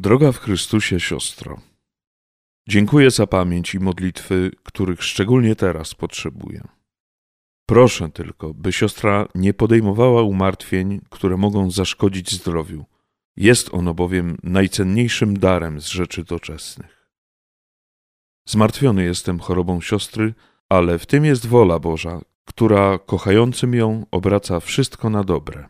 Droga w Chrystusie, siostro, dziękuję za pamięć i modlitwy, których szczególnie teraz potrzebuję. Proszę tylko, by siostra nie podejmowała umartwień, które mogą zaszkodzić zdrowiu. Jest ono bowiem najcenniejszym darem z rzeczy doczesnych. Zmartwiony jestem chorobą siostry, ale w tym jest wola Boża, która kochającym ją obraca wszystko na dobre.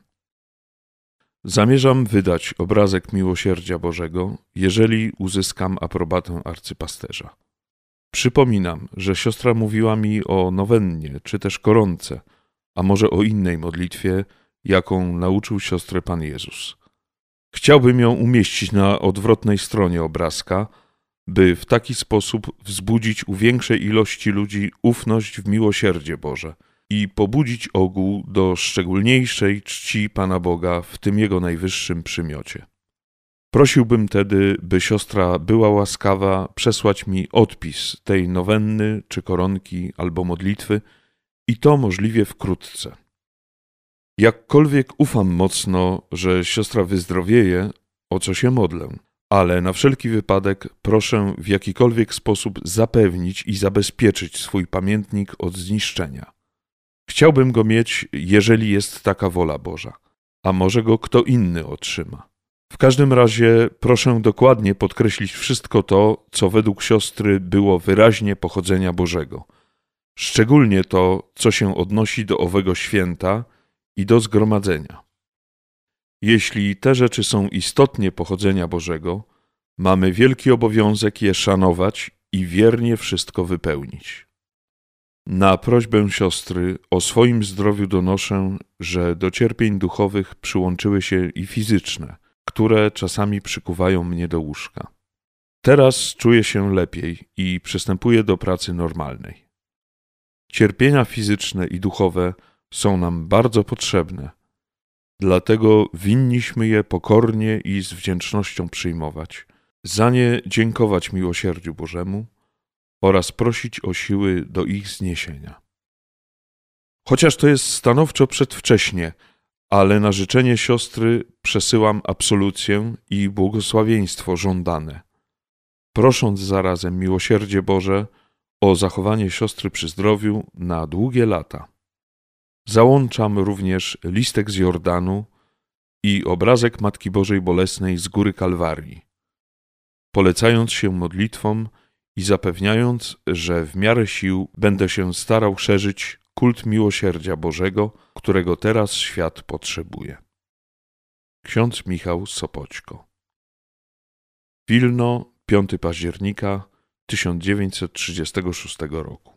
Zamierzam wydać obrazek miłosierdzia Bożego, jeżeli uzyskam aprobatę arcypasterza. Przypominam, że siostra mówiła mi o nowennie, czy też koronce, a może o innej modlitwie, jaką nauczył siostrę Pan Jezus. Chciałbym ją umieścić na odwrotnej stronie obrazka, by w taki sposób wzbudzić u większej ilości ludzi ufność w miłosierdzie Boże i pobudzić ogół do szczególniejszej czci Pana Boga w tym Jego najwyższym przymiocie. Prosiłbym tedy, by siostra była łaskawa przesłać mi odpis tej nowenny, czy koronki, albo modlitwy i to możliwie wkrótce. Jakkolwiek ufam mocno, że siostra wyzdrowieje, o co się modlę, ale na wszelki wypadek proszę w jakikolwiek sposób zapewnić i zabezpieczyć swój pamiętnik od zniszczenia. Chciałbym go mieć, jeżeli jest taka wola Boża, a może go kto inny otrzyma. W każdym razie proszę dokładnie podkreślić wszystko to, co według siostry było wyraźnie pochodzenia Bożego. Szczególnie to, co się odnosi do owego święta i do zgromadzenia. Jeśli te rzeczy są istotnie pochodzenia Bożego, mamy wielki obowiązek je szanować i wiernie wszystko wypełnić. Na prośbę siostry o swoim zdrowiu donoszę, że do cierpień duchowych przyłączyły się i fizyczne, które czasami przykuwają mnie do łóżka. Teraz czuję się lepiej i przystępuję do pracy normalnej. Cierpienia fizyczne i duchowe są nam bardzo potrzebne, dlatego winniśmy je pokornie i z wdzięcznością przyjmować, za nie dziękować miłosierdziu Bożemu oraz prosić o siły do ich zniesienia. Chociaż to jest stanowczo przedwcześnie, ale na życzenie siostry przesyłam absolucję i błogosławieństwo żądane, prosząc zarazem miłosierdzie Boże o zachowanie siostry przy zdrowiu na długie lata. Załączam również listek z Jordanu i obrazek Matki Bożej Bolesnej z Góry Kalwarii, polecając się modlitwom i zapewniając, że w miarę sił będę się starał szerzyć kult miłosierdzia Bożego, którego teraz świat potrzebuje. Ksiądz Michał Sopoćko. Wilno, 5 października 1936 roku.